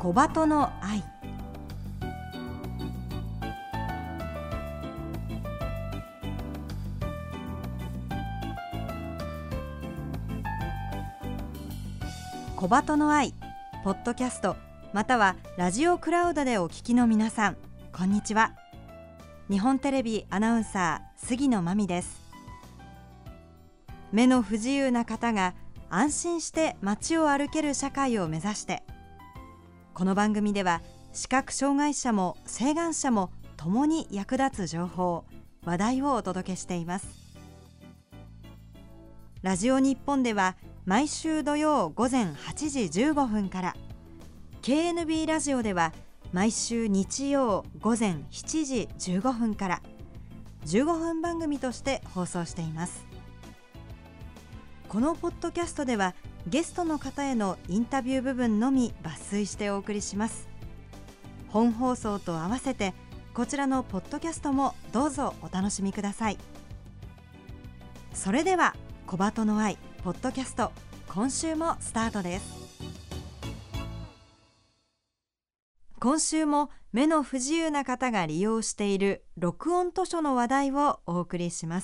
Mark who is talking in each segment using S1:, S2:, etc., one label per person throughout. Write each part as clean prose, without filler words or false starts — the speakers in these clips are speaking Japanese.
S1: 小鳩の愛。小鳩の愛ポッドキャストまたはラジオクラウドでお聞きの皆さん、こんにちは。日本テレビアナウンサー杉野真美です。目の不自由な方が安心して街を歩ける社会を目指して、この番組では視覚障害者も晴眼者も共に役立つ情報、話題をお届けしています。ラジオ日本では毎週土曜午前8時15分から、 KNB ラジオでは毎週日曜午前7時15分から15分番組として放送しています。このポッドキャストではゲストの方へのインタビュー部分のみ抜粋してお送りします。本放送と合わせてこちらのポッドキャストもどうぞお楽しみください。それでは小鳩の愛ポッドキャスト、今週もスタートです。今週も目の不自由な方が利用している録音図書の話題をお送りします。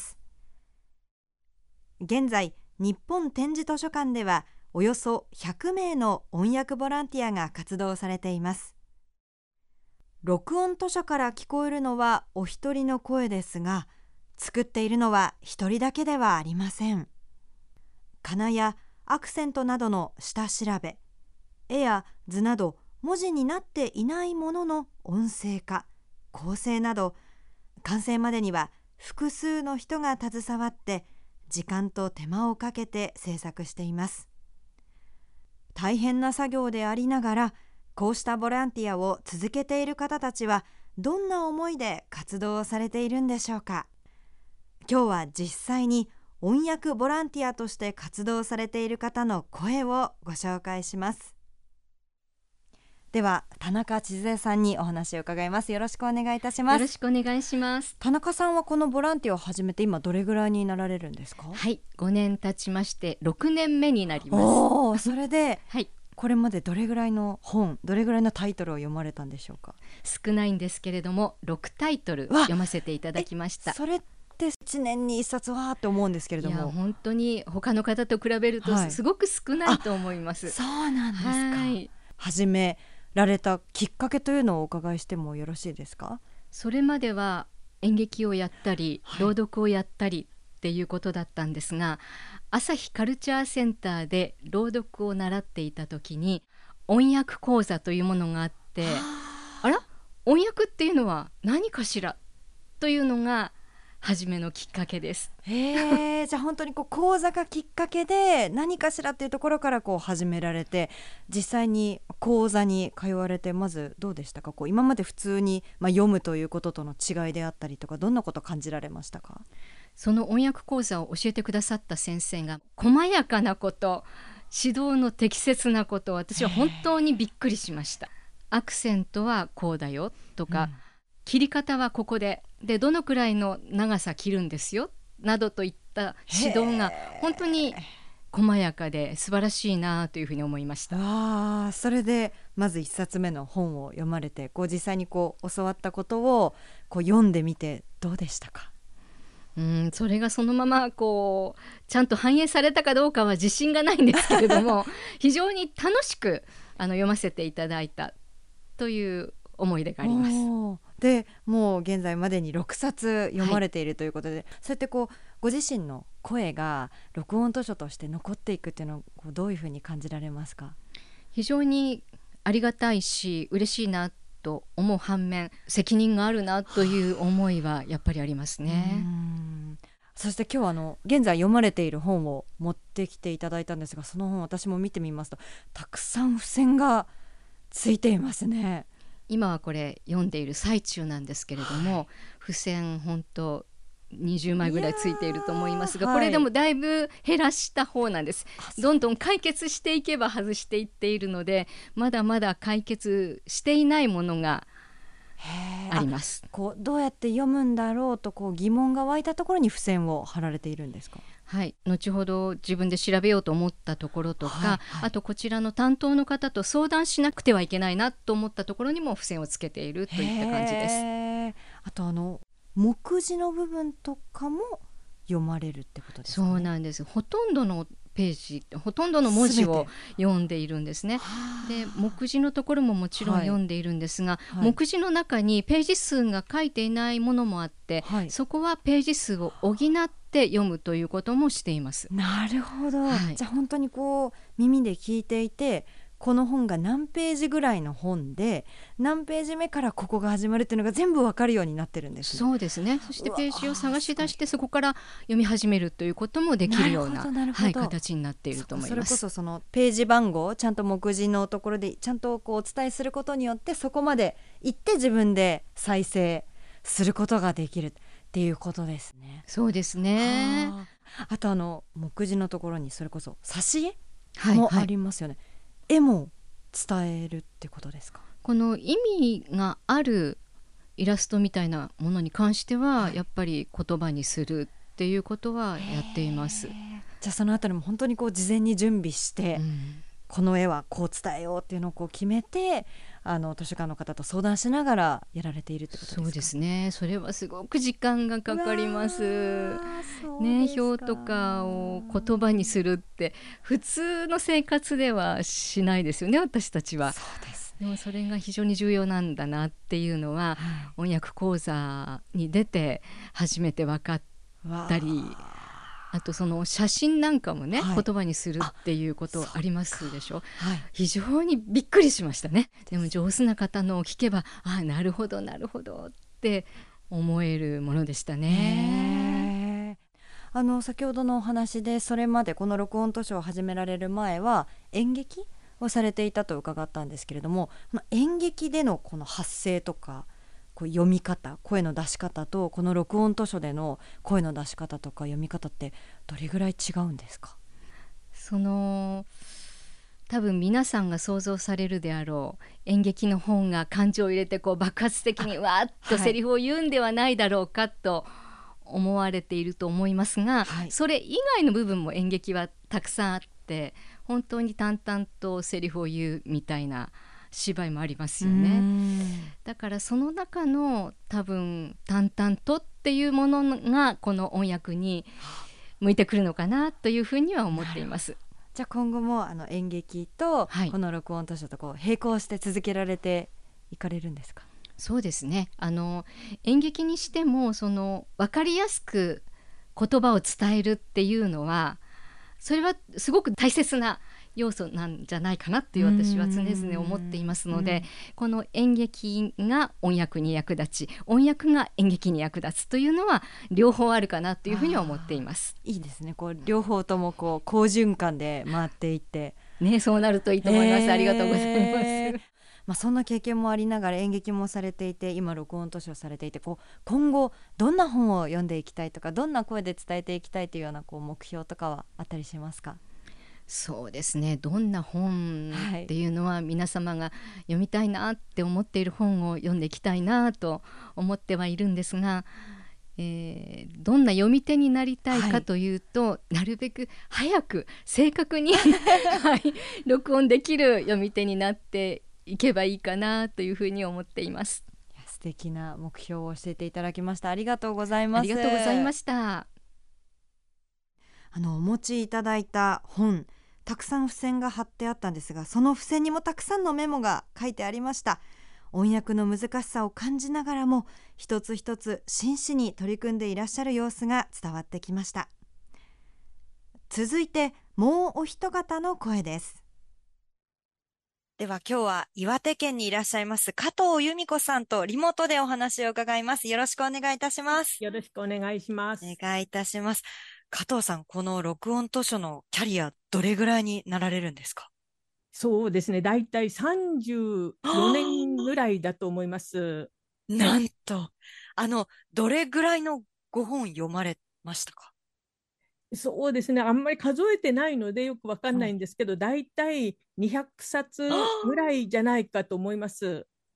S1: 現在、日本点字図書館ではおよそ100名の音訳ボランティアが活動されています。録音図書から聞こえるのはお一人の声ですが、作っているのは一人だけではありません。かなやアクセントなどの下調べ、絵や図など文字になっていないものの音声化、構成など、完成までには複数の人が携わって時間と手間をかけて制作しています。大変な作業でありながら、こうしたボランティアを続けている方たちはどんな思いで活動をされているんでしょうか。今日は実際に音訳ボランティアとして活動されている方の声をご紹介します。では田中千鶴さんにお話を伺います。よろしくお願いいたします。
S2: よろしくお願いします。
S1: 田中さんはこのボランティアを始めて今どれぐらいになられるんですか？
S2: はい、5年経ちまして6年目になります。
S1: おー、それで、
S2: はい、
S1: これまでどれぐらいの本、どれぐらいのタイトルを読まれたんでしょうか？
S2: 少ないんですけれども6タイトル読ませていただきました。
S1: それって1年に1冊はって思うんですけれども。
S2: いや本当に他の方と比べるとすごく少ないと思います。
S1: そうなんですか。
S2: はい、
S1: 始められたきっかけというのをお伺いしてもよろしいですか？
S2: それまでは演劇をやったり、朗読をやったりっていうことだったんですが、朝日カルチャーセンターで朗読を習っていた時に音訳講座というものがあって、あら、音訳っていうのは何かしらというのが初めのきっかけです。
S1: じゃあ本当に講座がきっかけで何かしらっていうところから始められて、実際に講座に通われて、まずどうでしたか？今まで普通に、読むということとの違いであったりとか、どんなことを感じられましたか？
S2: その音訳講座を教えてくださった先生が細やかなこと、指導の適切なこと、私は本当にびっくりしました。アクセントはこうだよとか、切り方はここでどのくらいの長さ切るんですよなどといった指導が本当に細やかで素晴らしいなというふうに思いました。
S1: それでまず1冊目の本を読まれて、実際に教わったことを読んでみてどうでしたか？
S2: それがそのままちゃんと反映されたかどうかは自信がないんですけれども非常に楽しく読ませていただいたという思い出があります。
S1: でもう現在までに6冊読まれているということで、そうやってご自身の声が録音図書として残っていくっていうのをどういうふうに感じられますか？
S2: 非常にありがたいし嬉しいなと思う反面、責任があるなという思いはやっぱりありますね。
S1: そして今日は現在読まれている本を持ってきていただいたんですが、その本私も見てみますとたくさん付箋がついていますね。
S2: 今はこれ読んでいる最中なんですけれども、付箋本当20枚ぐらいついていると思いますが、これでもだいぶ減らした方なんです。どんどん解決していけば外していっているので、まだまだ解決していないものが
S1: へー、
S2: あります。
S1: こうどうやって読むんだろうとこう疑問が湧いたところに付箋を貼られているんですか？
S2: はい、後ほど自分で調べようと思ったところとか、
S1: はいはい、
S2: あとこちらの担当の方と相談しなくてはいけないなと思ったところにも付箋をつけているといった感じです。
S1: へー、あと目次の部分とかも読まれるってことですかね？
S2: そうなんです。ほとんどのページ、ほとんどの文字を読んでいるんですね。で、目次のところももちろん読んでいるんですが、
S1: はい、
S2: 目次の中にページ数が書いていないものもあって、
S1: はい、
S2: そこはページ数を補って読むということもしています。
S1: なるほど、
S2: はい、
S1: じゃあ本当にこう耳で聞いていて、この本が何ページぐらいの本で何ページ目からここが始まるっていうのが全部わかるようになってるんですね。
S2: そうですね。そしてページを探し出してそこから読み始めるということもできるような、はい、形になっていると思います。
S1: それこそそのページ番号をちゃんと目次のところでちゃんとこうお伝えすることによって、そこまで行って自分で再生することができるっていうことですね。
S2: そうですね。
S1: あと目次のところにそれこそ挿絵
S2: はい、
S1: もありますよね、はい、絵も伝えるってことですか？
S2: この意味があるイラストみたいなものに関しては、はい、やっぱり言葉にするっていうことはやっています。
S1: じゃあそのあたりも本当にこう事前に準備して、この絵はこう伝えようっていうのをこう決めて図書館の方と相談しながらやられているってことですか？
S2: そうですね。それはすごく時間がかかります。ね、表とかを言葉にするって普通の生活ではしないですよね、私たちは。
S1: そうですね。
S2: でもそれが非常に重要なんだなっていうのは、翻訳講座に出て初めて分かったり、あとその写真なんかもね、言葉にするっていうことありますでしょ、非常にびっくりしましたね。でも上手な方のを聞けば、あ、なるほどなるほどって思えるものでしたね。
S1: 先ほどのお話で、それまでこの録音図書を始められる前は演劇をされていたと伺ったんですけれども、演劇でのこの発声とかこう読み方、声の出し方とこの録音図書での声の出し方とか読み方ってどれぐらい違うんですか？
S2: 多分皆さんが想像されるであろう演劇の本が感情を入れてこう爆発的にわーっとセリフを言うんではないだろうかと思われていると思いますが、それ以外の部分も演劇はたくさんあって、本当に淡々とセリフを言うみたいな芝居もありますよね。だからその中の多分淡々とっていうものがこの音訳に向いてくるのかなというふうには思っています。
S1: じゃあ今後も演劇とこの録音図書とこう並行して続けられていかれるんですか？
S2: そうですね。演劇にしても分かりやすく言葉を伝えるっていうのは、それはすごく大切な要素なんじゃないかなっていう私は常々思っていますので、この演劇が音訳に役立ち、音訳が演劇に役立つというのは両方あるかなというふうには思っています。
S1: いいですね。こう両方ともこう好循環で回っていって
S2: ね、そうなるといいと思います。ありがとうございます。
S1: そんな経験もありながら演劇もされていて、今録音図書されていて、こう今後どんな本を読んでいきたいとか、どんな声で伝えていきたいというようなこう目標とかはあったりしますか？
S2: そうですね。どんな本っていうのは、皆様が読みたいなって思っている本を読んでいきたいなと思ってはいるんですが、どんな読み手になりたいかというと、なるべく早く正確に、録音できる読み手になっていけばいいかなというふうに思っています。
S1: 素敵な目標を教えていただきました。ありがとうございます。
S2: ありがとうございました。
S1: お持ちいただいた本、たくさん付箋が貼ってあったんですが、その付箋にもたくさんのメモが書いてありました。音訳の難しさを感じながらも、一つ一つ真摯に取り組んでいらっしゃる様子が伝わってきました。続いてもうお一方の声です。では今日は岩手県にいらっしゃいます加藤由美子さんとリモートでお話を伺います。よろしくお願いいたします。
S3: よろしくお願いします。
S1: お願いいたします。加藤さん、この録音図書のキャリアどれぐらいになられるんですか？
S3: そうですね、だいたい34年ぐらいだと思います。
S1: なんと、どれぐらいのご本読まれましたか？
S3: そうですね、あんまり数えてないのでよくわかんないんですけど、だいたい200冊ぐらいじゃないかと思います。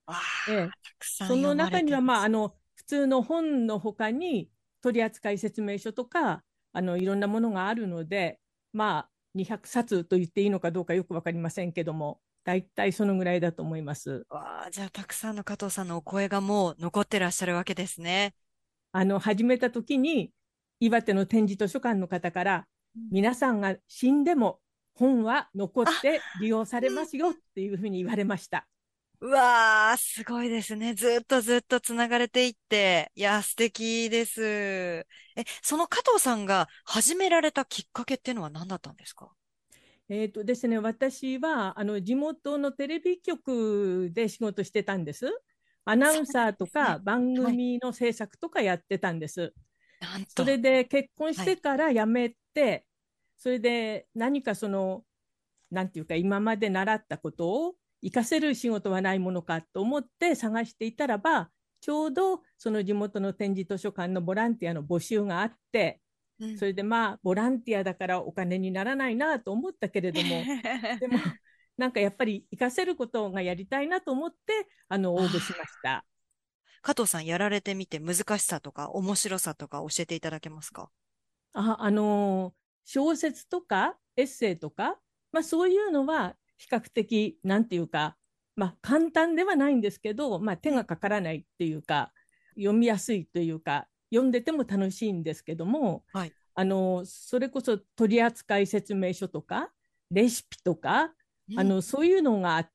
S1: わあ、
S3: ええ、
S1: たくさん
S3: その
S1: 読ま
S3: 中には、
S1: れてます。
S3: 普通の本のほかに取扱説明書とか、いろんなものがあるので、200冊と言っていいのかどうかよくわかりませんけども、だいたいそのぐらいだと思います。
S1: わあ、じゃあたくさんの加藤さんのお声がもう残ってらっしゃるわけですね。
S3: 始めた時に、岩手の展示図書館の方から、
S1: うん。
S3: 皆さんが死んでも本は残っ
S1: あ、
S3: て利用されま
S1: うん。
S3: すよっていうふうに言われました。
S1: うわあ、すごいですね。ずっとずっとつながれていって。いや、素敵です。その加藤さんが始められたきっかけっていうのは何だったんですか？
S3: ですね、私は地元のテレビ局で仕事してたんです。アナ
S1: そうなん
S3: ウンサーと
S1: ですね。
S3: か番
S1: はい。
S3: 組の制作とかやってたんです。
S1: なんと。
S3: それで結婚し
S1: はい。
S3: てから辞めて、それで何かなんていうか、今まで習ったことを活かせる仕事はないものかと思って探していたらば、ちょうどその地元の展示図書館のボランティアの募集があって、
S1: うん。
S3: それでボランティアだからお金にならないなと思ったけれども、でも、なんかやっぱり活かせることがやりたいなと思って、応募しまし
S1: ああ、
S3: た。
S1: 加藤さんやられてみて難しさとか面白さとか教えていただけますか？
S3: あ、小説とかエッセイとか、そういうのは比較的、なんていうか、簡単ではないんですけど、手
S1: うん。
S3: がかからないっていうか、読みやすいというか、読んでても楽しいんですけども、
S1: はい。
S3: それこそ取扱説明書とか、レシピとか、
S1: うん。
S3: そういうのがあって、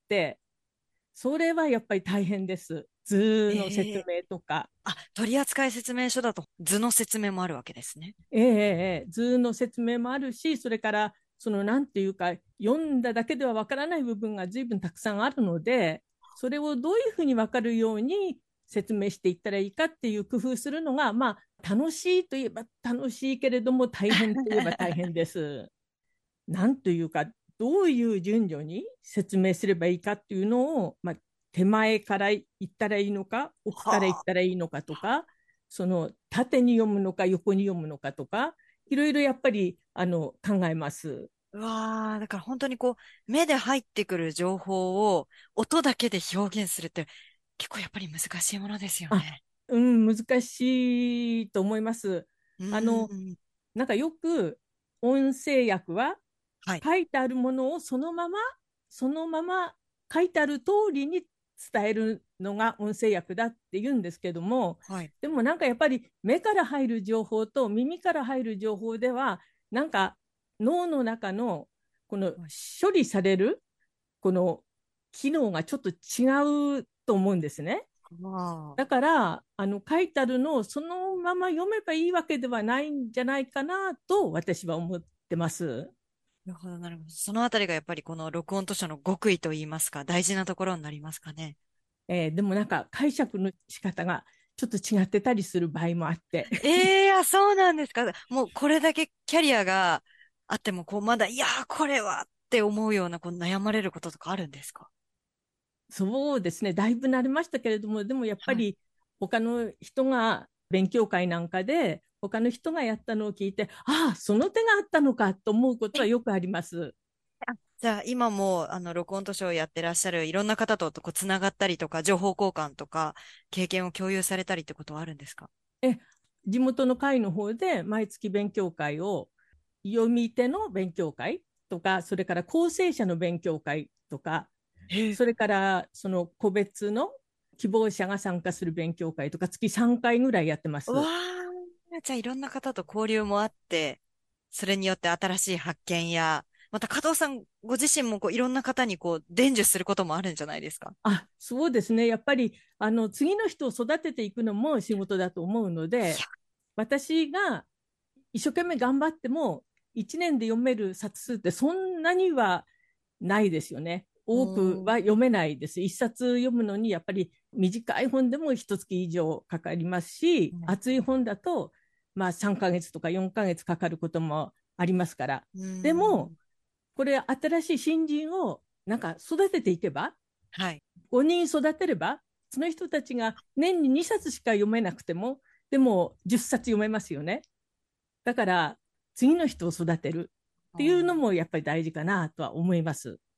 S3: それはやっぱり大変です。図の説
S1: ええ。
S3: 明とか。
S1: あ、取扱説明書だと図の説明もあるわけですね。
S3: 図の説明もあるし、それから、なんていうか、読んだだけではわからない部分が随分たくさんあるので、それをどういうふうにわかるように説明していったらいいかっていう工夫するのが、楽しいといえば楽しいけれども、大変といえば大変です。なんというか、どういう順序に説明すればいいかっていうのを、手前から言ったらいいのか、奥から言っ
S1: は
S3: たらいいのかとか、縦に読むのか、横に読むのかとか、いろいろやっぱり考えます。
S1: あ、うわあ、だから本当にこう、目で入ってくる情報を音だけで表現するって結構やっぱり難しいものですよ
S3: あ、
S1: ね。
S3: うん、難しいと思います。
S1: う
S3: あの、
S1: ーん。
S3: なんかよく音声訳は
S1: はい。
S3: 書いてあるものをそのまま書いてある通りに伝えるのが音声訳だって言うんですけども、
S1: はい。
S3: でもなんかやっぱり目から入る情報と耳から入る情報では、なんか脳の中のこの
S1: はい。
S3: 処理されるこの機能がちょっと違うと思うんですね。
S1: ああ、
S3: だから、書いてあるのをそのまま読めばいいわけではないんじゃないかなと私は思ってます。
S1: なるほど、なるほど。そのあたりがやっぱりこの録音図書の極意といいますか、大事なところになりますかね。
S3: でもなんか解釈の仕方がちょっと違ってたりする場合もあって。
S1: あ、そうなんですか。もうこれだけキャリアがあっても、こう、まだ、いやー、これはって思うような、こう、悩まれることとかあるんですか？
S3: そうですね、だいぶ慣れましたけれども、でもやっぱ
S1: はい。
S3: り他の人が勉強会なんかで、他の人がやったのを聞いて、ああ、その手があったのかと思うことはよくあります。
S1: あ、じゃあ、今も、録音図書をやってらっしゃるいろんな方とこう、つながったりとか、情報交換とか、経験を共有されたりってことはあるんですか？
S3: え、地元の会の方で毎月勉強会を、読み手の勉強会とか、それから構成者の勉強会とか、
S1: へえ。
S3: それからその個別の希望者が参加する勉強会とか、月3回ぐらいやってま
S1: うわ
S3: す。
S1: ー、じゃあいろんな方と交流もあって、それによって新しい発見や、また加藤さんご自身もこういろんな方にこう伝授することもあるんじゃないですか？
S3: そうですね。やっぱり、次の人を育てていくのも仕事だと思うので、
S1: いや、
S3: 私が一生懸命頑張っても、1年で読める冊数ってそんなにはないですよね。多く
S1: おー。
S3: は読めないです。一冊読むのに、やっぱり短い本でも一月以上かかりますし、
S1: うん。
S3: 厚い本だと、3ヶ月とか4ヶ月かかることもありますから。
S1: うー
S3: でも、
S1: ん。
S3: これ新しい新人をなんか育てていけば、
S1: はい。
S3: 5人育てれば、その人たちが年に2冊しか読めなくても、でも10冊読めますよね。だから、次の人を育てるっていうのもやっぱり大事かなとは思います。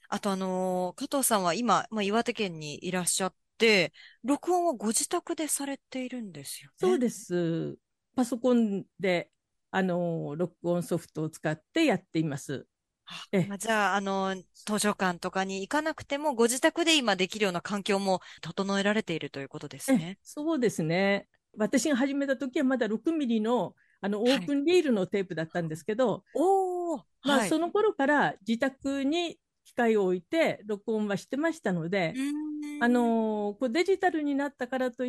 S1: あと加藤さんは今、岩手県にいらっしゃって、録音はご自宅でされているんですよね。
S3: そうです。パソコンで、録音ソフトを使ってやっています。え、
S1: じゃあ、図書館とかに行かなくても、ご自宅で今できるような環境も整えられているということですね。
S3: そうですね。私が始めた時はまだ6ミリの、オ
S1: はい。
S3: ープンリールのテープだったんですけど、
S1: おー、
S3: まあ、
S1: はい。
S3: その頃から自宅に機械を置いて録音はしてましたので、
S1: うーん。
S3: こうデジタルになったからといって、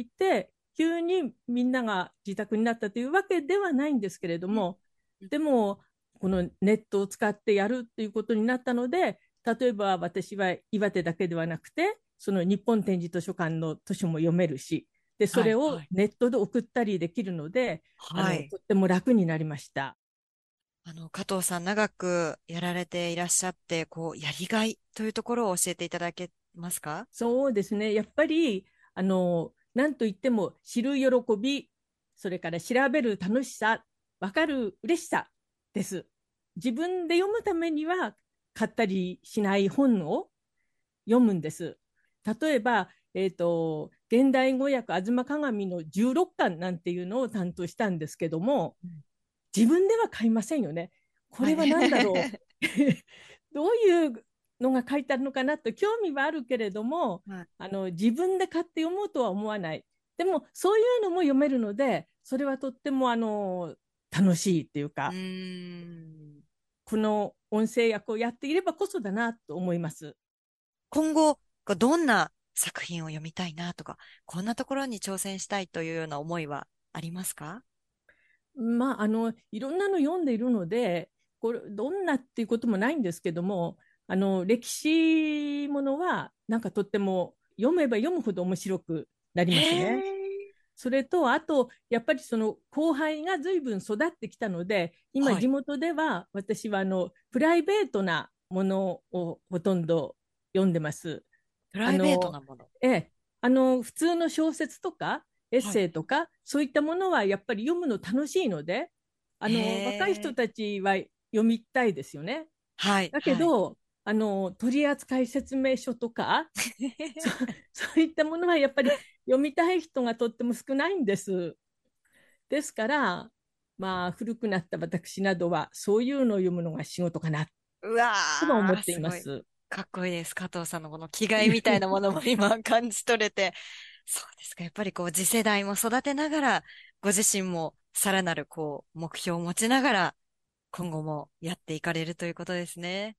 S3: 急にみんなが自宅になったというわけではないんですけれど
S1: うん
S3: も、でも、このネットを使ってやるということになったので、例えば私は岩手だけではなくて、その日本展示図書館の図書も読めるし、で、そ
S1: はい、
S3: れを
S1: はい。
S3: ネットで送ったりできるので、
S1: はい。
S3: とっても楽になりました。
S1: 加藤さん長くやられていらっしゃって、やりがいというところを教えていただけますか？
S3: そうですね。やっぱり、なんといっても知る喜び、それから調べる楽しさ、わかる嬉しさです。自分で読むためには買ったりしない本を読むんです。例えば、現代語訳吾妻鏡の16巻なんていうのを担当したんですけども、
S1: うん。
S3: 自分では買いませんよね。こ
S1: はい。
S3: れは何だろう。どういうのが書いてあるのかなと興味はあるけれども、
S1: はい。
S3: 自分で買って読もうとは思わない。でも、そういうのも読めるので、それはとっても楽しいっていう
S1: うー
S3: か、
S1: ん。
S3: この音声訳をやっていればこそだなと思います。
S1: 今後、どんな作品を読みたいなとか、こんなところに挑戦したいというような思いはありますか？
S3: まあ、いろんなの読んでいるので、これ、どんなっていうこともないんですけども、歴史ものは、なんかとっても読めば読むほど面白くなり
S1: へ
S3: ますね。
S1: え。
S3: それと、あと、やっぱりその後輩が随分育ってきたので、今
S1: はい。
S3: 地元では私はプライベートなものをほとんど読んでます。
S1: プライベート
S3: あの、
S1: なもの。
S3: ええ、普通の小説とかエッ
S1: はい。
S3: セイとか、そういったものはやっぱり読むの楽しいので、
S1: へ
S3: 若い人
S1: え。
S3: たちは読みたいですよね。
S1: はい、
S3: だけ
S1: はい。
S3: ど、取扱説明書とか、そ、そういったものはやっぱり読みたい人がとっても少ないんです。ですから、まあ、古くなった私などは、そういうのを読むのが仕事かな
S1: うわー、
S3: とは思ってい
S1: すごい。
S3: ます。
S1: かっこいいです。加藤さんのこの気概みたいなものも今感じ取れて。そうですか。やっぱり次世代も育てながら、ご自身もさらなる目標を持ちながら、今後もやっていかれるということですね。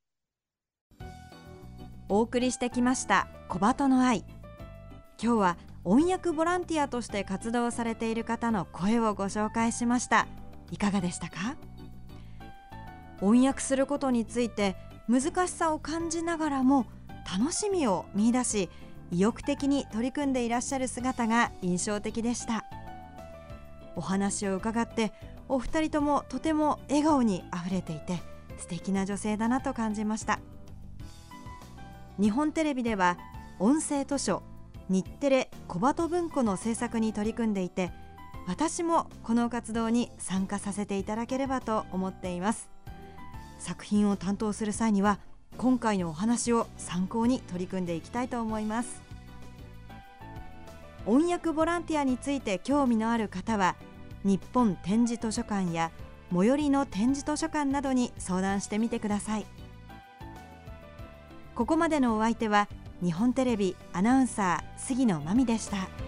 S1: お送りしてきました小鳩の愛。今日は音訳ボランティアとして活動されている方の声をご紹介しました。いかがでしたか？翻訳することについて難しさを感じながらも楽しみを見出し、意欲的に取り組んでいらっしゃる姿が印象的でした。お話を伺ってお二人ともとても笑顔にあふれていて素敵な女性だなと感じました。日本テレビでは音声図書日テレ小鳩文庫の制作に取り組んでいて、私もこの活動に参加させていただければと思っています。作品を担当する際には今回のお話を参考に取り組んでいきたいと思います。音訳ボランティアについて興味のある方は日本展示図書館や最寄りの展示図書館などに相談してみてください。ここまでのお相手は日本テレビアナウンサー杉野真美でした。